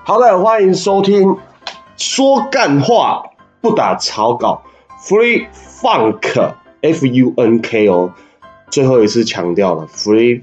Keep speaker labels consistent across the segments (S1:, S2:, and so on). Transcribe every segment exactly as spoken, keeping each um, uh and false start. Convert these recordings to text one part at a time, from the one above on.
S1: 好的，欢迎收听说干话不打草稿 ，Free Funk F U N K 哦，最后一次强调了 Free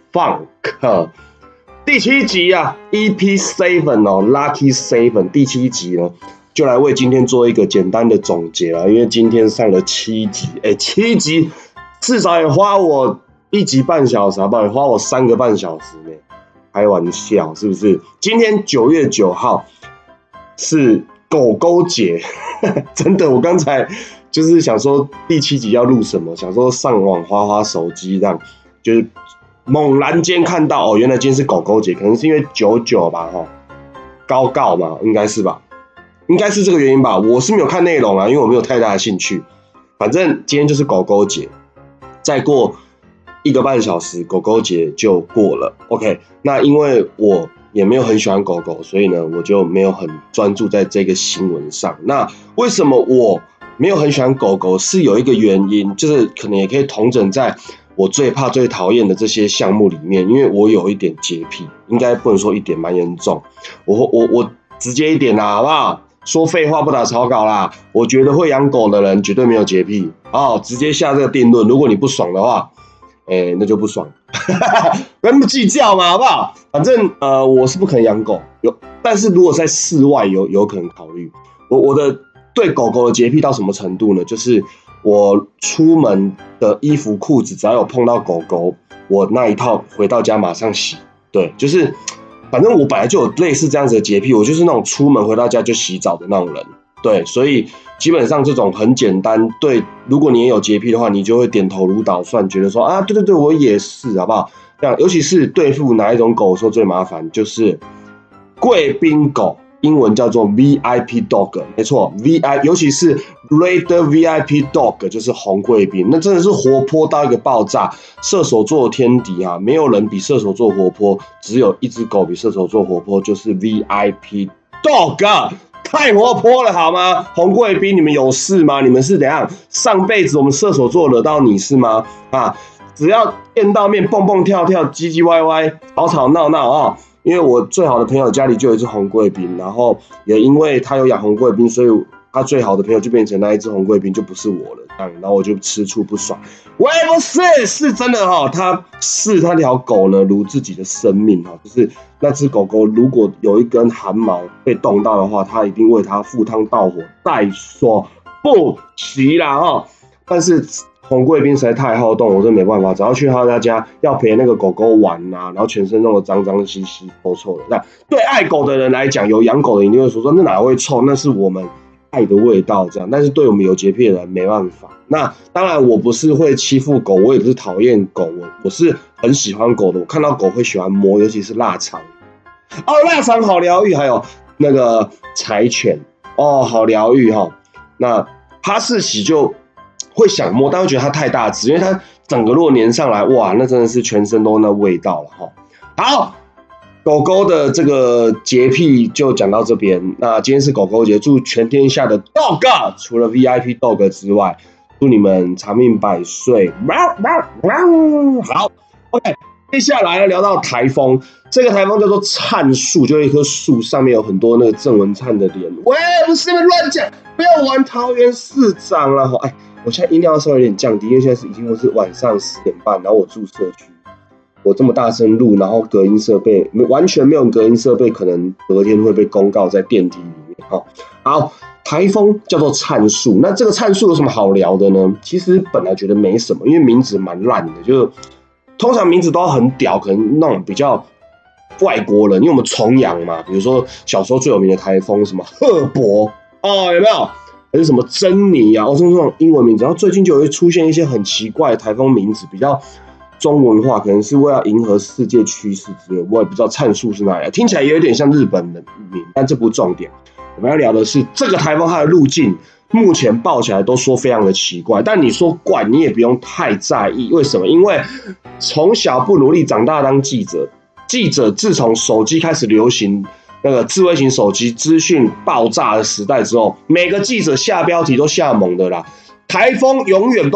S1: Funk 第七集啊 ，E P 七 哦 ，Lucky Seven 第七集呢，就来为今天做一个简单的总结了，因为今天上了七集，哎，七集至少也花我一集半小时，好不好？也花我三个半小时呢。开玩笑是不是？今天九月九号是狗狗节，真的，我刚才就是想说第七集要录什么，想说上网滑滑手机，这样就是猛然间看到哦，原来今天是狗狗节，可能是因为九九吧，哈，高告嘛，应该是吧，应该是这个原因吧。我是没有看内容啊，因为我没有太大的兴趣。反正今天就是狗狗节，再过一个半小时，狗狗节就过了。OK， 那因为我也没有很喜欢狗狗，所以呢，我就没有很专注在这个新闻上。那为什么我没有很喜欢狗狗？是有一个原因，就是可能也可以统整在我最怕、最讨厌的这些项目里面，因为我有一点洁癖，应该不能说一点，蛮严重。我我我直接一点啦，好不好？说废话不打草稿啦。我觉得会养狗的人绝对没有洁癖哦，直接下这个定论。如果你不爽的话，欸，那就不爽，不要那么计较嘛，好不好？反正呃，我是不可能养狗，有，但是如果在室外有有可能考虑。我我的对狗狗的洁癖到什么程度呢？就是我出门的衣服裤子，只要有碰到狗狗，我那一套回到家马上洗。对，就是反正我本来就有类似这样子的洁癖，我就是那种出门回到家就洗澡的那种人。对，所以基本上这种很简单，对，如果你也有洁癖的话，你就会点头如捣蒜，觉得说啊，对对对，我也是，好不好？这样，尤其是对付哪一种狗的时候最麻烦，就是贵宾狗，英文叫做 V I P dog， 没错 ，V I， 尤其是 Red V I P dog， 就是红贵宾，那真的是活泼到一个爆炸，射手座天敌啊，没有人比射手座活泼，只有一只狗比射手座活泼，就是 V I P dog。太活泼了好吗？红贵宾，你们有事吗？你们是怎样？上辈子我们射手座惹到你是吗？啊，只要见到面蹦蹦跳跳、唧唧歪歪、吵吵闹闹啊！因为我最好的朋友家里就有一只红贵宾，然后也因为他有养红贵宾，所以他最好的朋友就变成那一只红贵宾，就不是我了。然后我就吃醋不爽。我也不是，是真的哈、哦，他视他条狗呢如自己的生命哈，就是那只狗狗如果有一根汗毛被冻到的话，他一定为它赴汤蹈火，在所不惜啦哈。但是红贵宾实在太好动，我真的没办法，只要去他家要陪那个狗狗玩啊，然后全身弄得脏脏兮兮、臭臭的。那对爱狗的人来讲，有养狗的一定会说说那哪会臭？那是我们爱的味道，这样。但是对我们有洁癖的人没办法。那当然，我不是会欺负狗，我也不是讨厌狗，我我是很喜欢狗的。我看到狗会喜欢摸，尤其是腊肠。哦，腊肠好疗愈，还有那个柴犬，哦，好疗愈哈。那哈士奇就会想摸，但会觉得它太大只，因为它整个如果粘上来，哇，那真的是全身都那味道了哈。好。狗狗的这个洁癖就讲到这边。那今天是狗狗节，祝全天下的 dog 除了 V I P dog 之外，祝你们长命百岁。好 ，OK， 接下来聊到台风，这个台风叫做灿树，就一棵树上面有很多那个郑文灿的脸。喂，不是你们乱讲，不要玩桃园市长了。哎，我现在音量要稍微有点降低，因为现在是已经是晚上十点半，然后我住社区。我这么大声录，然后隔音设备完全没有隔音设备，可能隔天会被公告在电梯里面。好，好，台风叫做灿树，那这个灿树有什么好聊的呢？其实本来觉得没什么，因为名字蛮烂的，就通常名字都很屌，可能那种比较外国人，因为我们崇洋嘛，比如说小时候最有名的台风什么赫伯哦，有没有？还是什么珍妮啊，哦，这种英文名字，然后最近就会出现一些很奇怪的台风名字，比较中文化，可能是为了迎合世界趋势之类的，我也不知道灿树是哪里，听起来也有点像日本的名，但这不是重点。我们要聊的是这个台风它的路径，目前报起来都说非常的奇怪，但你说怪，你也不用太在意。为什么？因为从小不努力长大当记者，记者自从手机开始流行，那个智慧型手机资讯爆炸的时代之后，每个记者下标题都下猛的啦。台风永远都是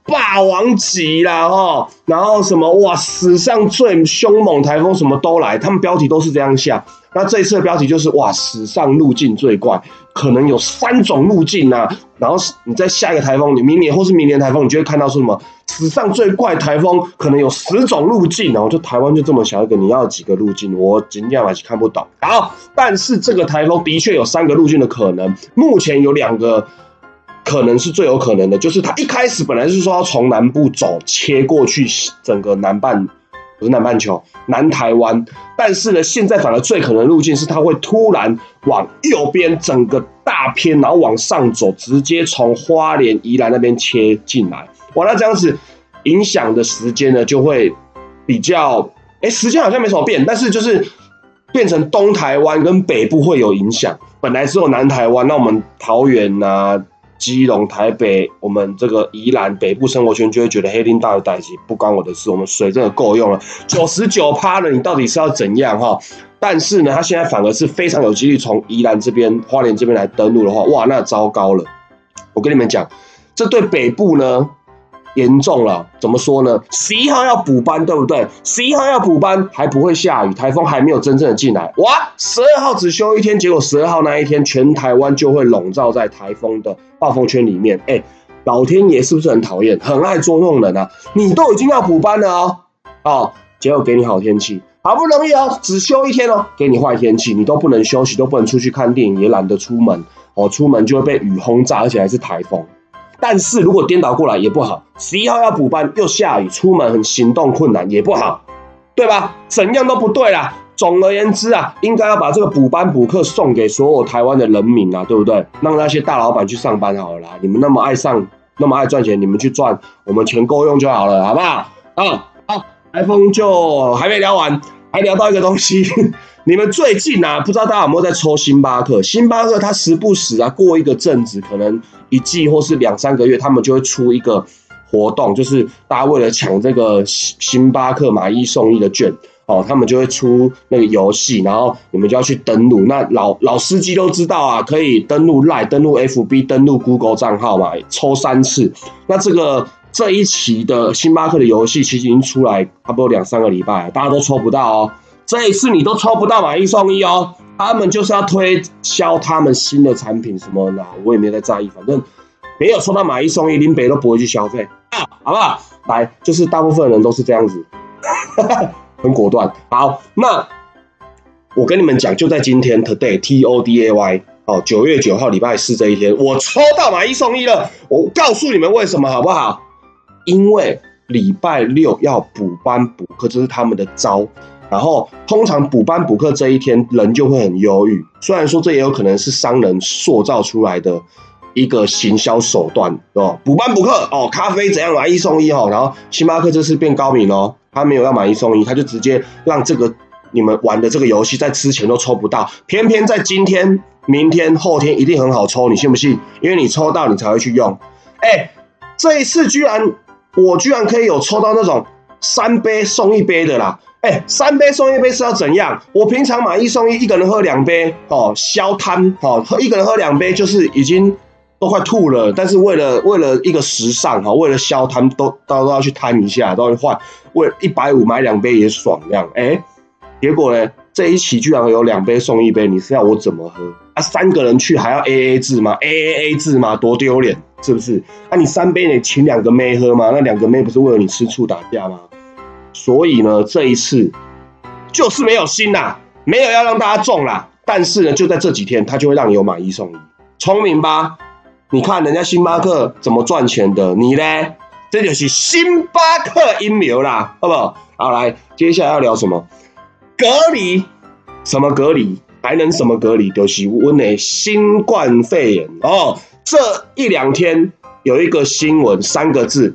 S1: 霸王级啦齁，然后什么哇史上最凶猛台风什么都来，他们标题都是这样下。那这一次的标题就是哇史上路径最怪，可能有三种路径啊。然后你在下一个台风，你明年或是明年台风，你就会看到说什么史上最怪台风可能有十种路径，然后就台湾就这么小一个，你要几个路径？我尽量还是看不懂。好，但是这个台风的确有三个路径的可能，目前有两个可能是最有可能的，就是它一开始本来是说要从南部走切过去整个南半。不是南半球，南台湾，但是呢，现在反而最可能的路径是它会突然往右边整个大偏，然后往上走，直接从花莲、宜兰那边切进来。哇，那这样子影响的时间呢，就会比较，哎，时间好像没什么变，但是就是变成东台湾跟北部会有影响。本来只有南台湾，那我们桃园啊。基隆、台北，我们这个宜兰北部生活圈就会觉得黑林大有代志，不关我的事，我们水真的够用了，九十九趴了，你到底是要怎样哈？但是呢，它现在反而是非常有几率从宜兰这边、花莲这边来登陆的话，哇，那糟糕了！我跟你们讲，这对北部呢严重了。怎么说呢？十一号要补班，对不对？十一号要补班还不会下雨，台风还没有真正的进来。哇，十二号只休一天，结果十二号那一天，全台湾就会笼罩在台风的暴风圈里面。哎，老天爷是不是很讨厌？很爱捉弄人啊！你都已经要补班了哦，哦，结果给你好天气，好不容易哦，只休一天哦，给你坏天气，你都不能休息，都不能出去看电影，也懒得出门哦，出门就会被雨轰炸，而且还是台风。但是如果颠倒过来也不好，十一号要补班又下雨，出门很行动困难也不好，对吧？怎样都不对啦。总而言之啊，应该要把这个补班补课送给所有台湾的人民啊，对不对？让那些大老板去上班好了啦，你们那么爱上，那么爱赚钱，你们去赚，我们钱够用就好了，好不好？啊，好，台风就还没聊完，还聊到一个东西。你们最近啊，不知道大家有没有在抽星巴克？星巴克它时不时啊，过一个阵子，可能一季或是两三个月，他们就会出一个活动，就是大家为了抢这个星巴克买一送一的券哦，他们就会出那个游戏，然后你们就要去登录。那老老司机都知道啊，可以登录 Line、登录 F B、登录 Google 账号嘛，抽三次。那这个这一期的星巴克的游戏其实已经出来差不多两三个礼拜了，大家都抽不到哦。这一次你都抽不到买一送一哦，他们就是要推销他们新的产品什么的，我也没在在意，反正没有抽到买一送一，林北都不会去消费啊，好不好？来，就是大部分人都是这样子，很果断。好，那我跟你们讲，就在今天 ，today T O D A Y 哦，九月九号礼拜四这一天，我抽到买一送一了。我告诉你们为什么好不好？因为礼拜六要补班补课，这是他们的招。然后通常补班补课这一天人就会很忧郁，虽然说这也有可能是商人塑造出来的一个行销手段哦。补班补课哦，咖啡怎样买一送一哦，然后星巴克这次变高明哦，他没有要买一送一，他就直接让这个你们玩的这个游戏在之前都抽不到，偏偏在今天、明天、后天一定很好抽，你信不信？因为你抽到你才会去用。哎，这一次居然我居然可以有抽到那种三杯送一杯的啦。哎，三杯送一杯是要怎样？我平常买一送一，一个人喝两杯哦，消摊哦，一个人喝两杯就是已经都快吐了。但是为了为了一个时尚哈，为了消摊都都要去摊一下，都要换。为一百五买两杯也爽这样。哎，结果呢，这一期居然有两杯送一杯，你是要我怎么喝啊？三个人去还要 A A 制吗 ？A A A 制吗？多丢脸，是不是？啊，你三杯你请两个妹喝吗？那两个妹不是为了你吃醋打架吗？所以呢，这一次就是没有心啦，没有要让大家中啦。但是呢，就在这几天，他就会让你有买一送一，聪明吧？你看人家星巴克怎么赚钱的，你呢？这就是星巴克阴谋啦，好不好？好，来，接下来要聊什么？隔离？什么隔离？还能什么隔离？就是我们的新冠肺炎哦。这一两天有一个新闻，三个字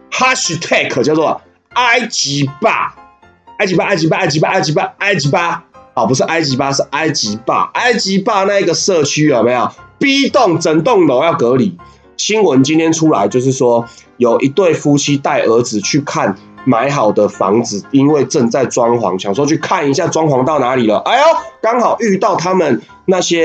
S1: ，hashtag 叫做。埃及霸，埃及霸，埃及霸，埃及霸，埃及霸，埃及霸，哦，不是埃及霸，是埃及霸，埃及霸那个社区有没有？B 栋整栋楼要隔离。新闻今天出来，就是说有一对夫妻带儿子去看买好的房子，因为正在装潢，想说去看一下装潢到哪里了。哎呦，刚好遇到他们那些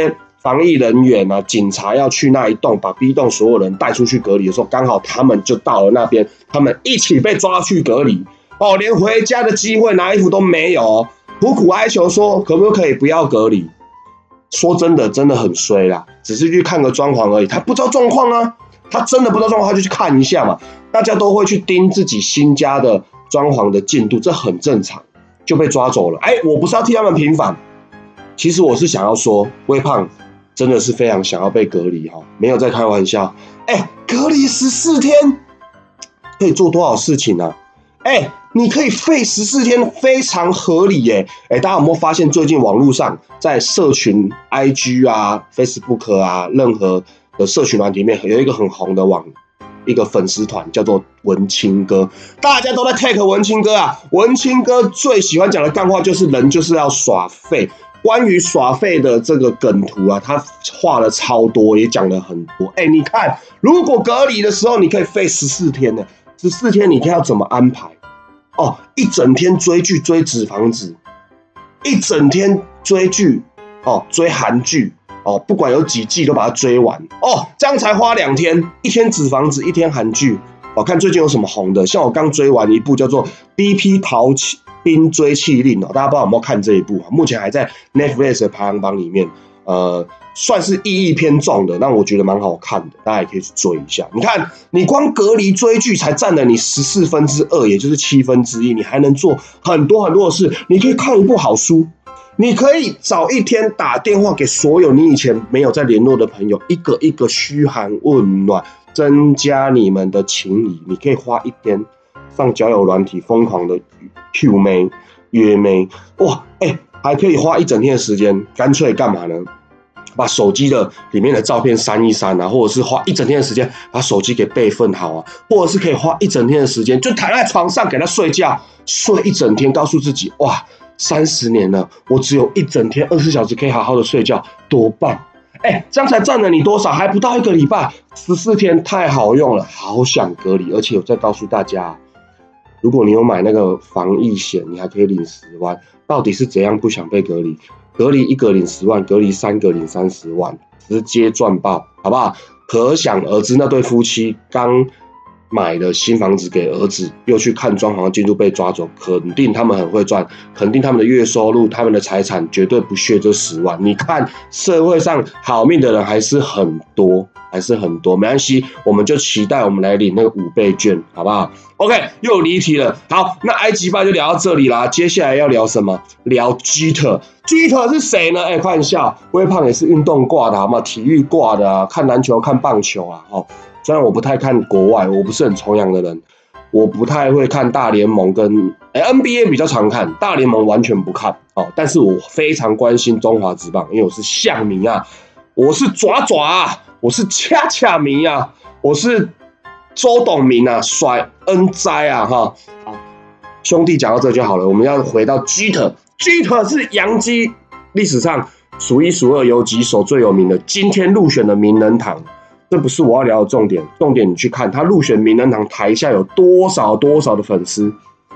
S1: 防疫人员啊，警察要去那一栋，把 B 栋所有人带出去隔离的时候，刚好他们就到了那边，他们一起被抓去隔离。哦，连回家的机会拿衣服都没有，苦苦哀求说可不可以不要隔离。说真的，真的很衰啦，只是去看个装潢而已，他不知道状况啊，他真的不知道状况，他就去看一下嘛。大家都会去盯自己新家的装潢的进度，这很正常，就被抓走了。哎，我不是要替他们平反，其实我是想要说，微胖真的是非常想要被隔离哈，没有在开玩笑。哎，隔离十四天可以做多少事情啊？哎，你可以废十四天，非常合理耶！哎，大家有没有发现最近网络上在社群 I G 啊、Facebook 啊，任何的社群软体里面有一个很红的网一个粉丝团叫做文青哥，大家都在 take 文青哥啊。文青哥最喜欢讲的干话就是人就是要耍废。关于耍废的这个梗图啊，他画了超多，也讲了很多。哎，你看，如果隔离的时候你可以废十四天呢，十四天你看要怎么安排？哦，一整天追剧追纸房子，一整天追剧哦，追韩剧哦，不管有几季都把它追完哦，这样才花两天，一天纸房子，一天韩剧。我、哦、看最近有什么红的，像我刚追完一部叫做《D P 逃兵追缉令》哦，大家不知道有没有看这一部啊？目前还在 Netflix 的排行榜里面，呃，算是意义偏重的，但我觉得蛮好看的，大家也可以去追一下。你看，你光隔离追剧才占了你十四分之二，也就是七分之一，你还能做很多很多的事。你可以看一部好书，你可以早一天打电话给所有你以前没有在联络的朋友，一个一个嘘寒问暖，增加你们的情谊。你可以花一天上交友软体疯狂的 Q 妹约妹，哇，哎、欸，还可以花一整天的时间，干脆干嘛呢？把手机的里面的照片删一删啊，或者是花一整天的时间把手机给备份好啊，或者是可以花一整天的时间就躺在床上给他睡觉，睡一整天，告诉自己哇，三十年了，我只有一整天二十四小时可以好好的睡觉，多棒！哎、欸，这样才占了你多少？还不到一个礼拜，十四天太好用了，好想隔离。而且我再告诉大家，如果你有买那个防疫险，你还可以领十万。到底是怎样不想被隔离？隔离一个领十万，隔离三个领三十万，直接赚爆，好不好？可想而知，那对夫妻刚买了新房子给儿子，又去看装潢进度被抓走，肯定他们很会赚，肯定他们的月收入、他们的财产绝对不屑这十万。你看社会上好命的人还是很多，还是很多，没关系，我们就期待我们来领那个五倍券，好不好 ？OK， 又离题了。好，那埃及吧就聊到这里啦。接下来要聊什么？聊 Jeter。Jeter 是谁呢？哎、欸，开玩笑，微胖也是运动挂的，好吗？体育挂的啊，看篮球、看棒球啊，哦。虽然我不太看国外，我不是很崇洋的人，我不太会看大联盟跟、欸、N B A 比较常看，大联盟完全不看哦。但是我非常关心中华职棒，因为我是象迷啊，我是爪爪啊，我是恰恰迷啊，我是周董迷啊，甩恩哉啊哈。好，兄弟讲到这就好了，我们要回到 Jeter。Jeter 是洋基历史上数一数二游击手最有名的，今天入选的名人堂。这不是我要聊的重点，重点你去看他入选名人堂台下有多少多少的粉丝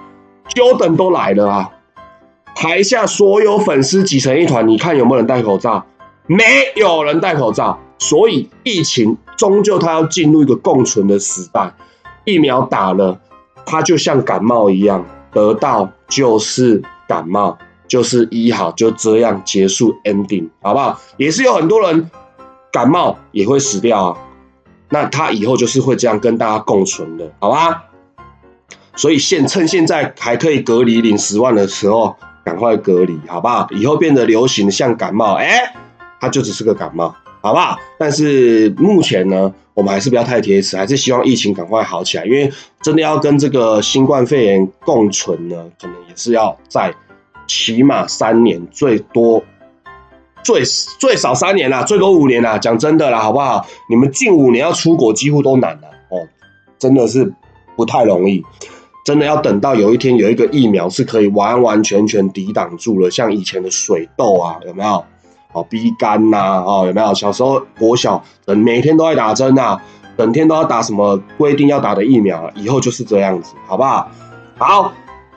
S1: ，Jordan 都来了啊！台下所有粉丝挤成一团，你看有没有人戴口罩？没有人戴口罩，所以疫情终究它要进入一个共存的时代。疫苗打了，它就像感冒一样，得到就是感冒，就是医好，就这样结束 ending， 好不好？也是有很多人。感冒也会死掉啊，那他以后就是会这样跟大家共存的，好吧？所以现趁现在还可以隔离领十万的时候，赶快隔离，好不好？以后变得流行像感冒，哎、欸，它就只是个感冒，好不好？但是目前呢，我们还是不要太铁齿，还是希望疫情赶快好起来，因为真的要跟这个新冠肺炎共存呢，可能也是要在起码三年，最多。最最少三年啦，最多五年啦，讲真的啦，好不好？你们近五年要出国几乎都难了哦，真的是不太容易。真的要等到有一天有一个疫苗是可以完完全全抵挡住了，像以前的水痘啊，有没有？哦 ，B 肝呐，哦，有没有？小时候国小每天都在打针啊，整天都要打什么规定要打的疫苗，以后就是这样子，好不好？好。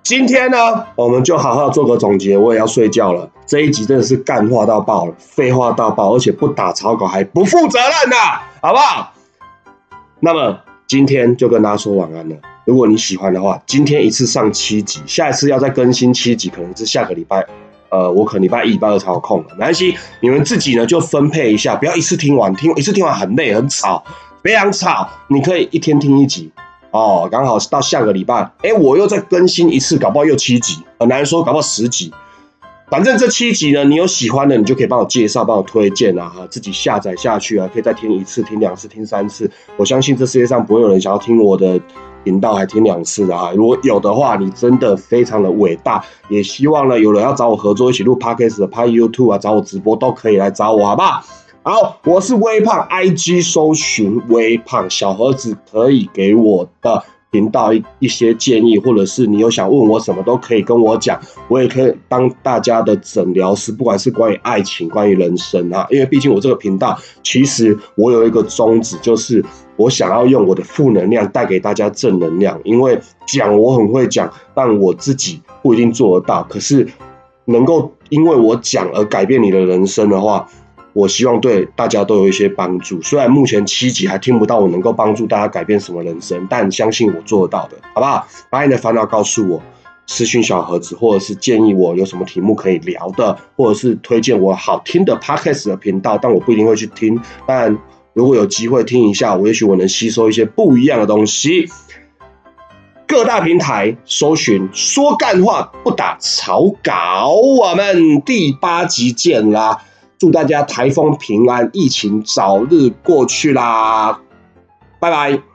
S1: 今天呢，我们就好好做个总结，我也要睡觉了。这一集真的是干话到爆了，废话到爆，而且不打草稿还不负责任呐、啊，好不好？那么今天就跟大家说晚安了。如果你喜欢的话，今天一次上七集，下一次要再更新七集，可能是下个礼拜，呃，我可能礼拜一、礼拜二才有空了，没关系，你们自己呢就分配一下，不要一次听完，听一次听完很累很吵，非常吵。你可以一天听一集。哦，刚好到下个礼拜，哎，我又再更新一次，搞不好又七集，很难说，搞不好十集。反正这七集呢，你有喜欢的，你就可以帮我介绍、帮我推荐啊，自己下载下去啊，可以再听一次、听两次、听三次。我相信这世界上不会有人想要听我的频道还听两次的啊。如果有的话，你真的非常的伟大。也希望呢，有人要找我合作，一起录 Podcast 的、拍 YouTube 啊，找我直播都可以来找我，好不好？好，我是微胖 ，I G 搜寻微胖小盒子，可以给我的频道一一些建议，或者是你有想问我什么都可以跟我讲，我也可以当大家的诊疗师，不管是关于爱情、关于人生啊，因为毕竟我这个频道，其实我有一个宗旨，就是我想要用我的负能量带给大家正能量，因为讲我很会讲，但我自己不一定做得到，可是能够因为我讲而改变你的人生的话，我希望对大家都有一些帮助。虽然目前七集还听不到我能够帮助大家改变什么人生，但相信我做得到的，好不好？把你的烦恼告诉我，私讯小盒子，或者是建议我有什么题目可以聊的，或者是推荐我好听的 podcast 的频道，但我不一定会去听。但如果有机会听一下，我也许我能吸收一些不一样的东西。各大平台搜寻说干话不打草稿，我们第八集见啦！祝大家台风平安，疫情早日过去啦！拜拜。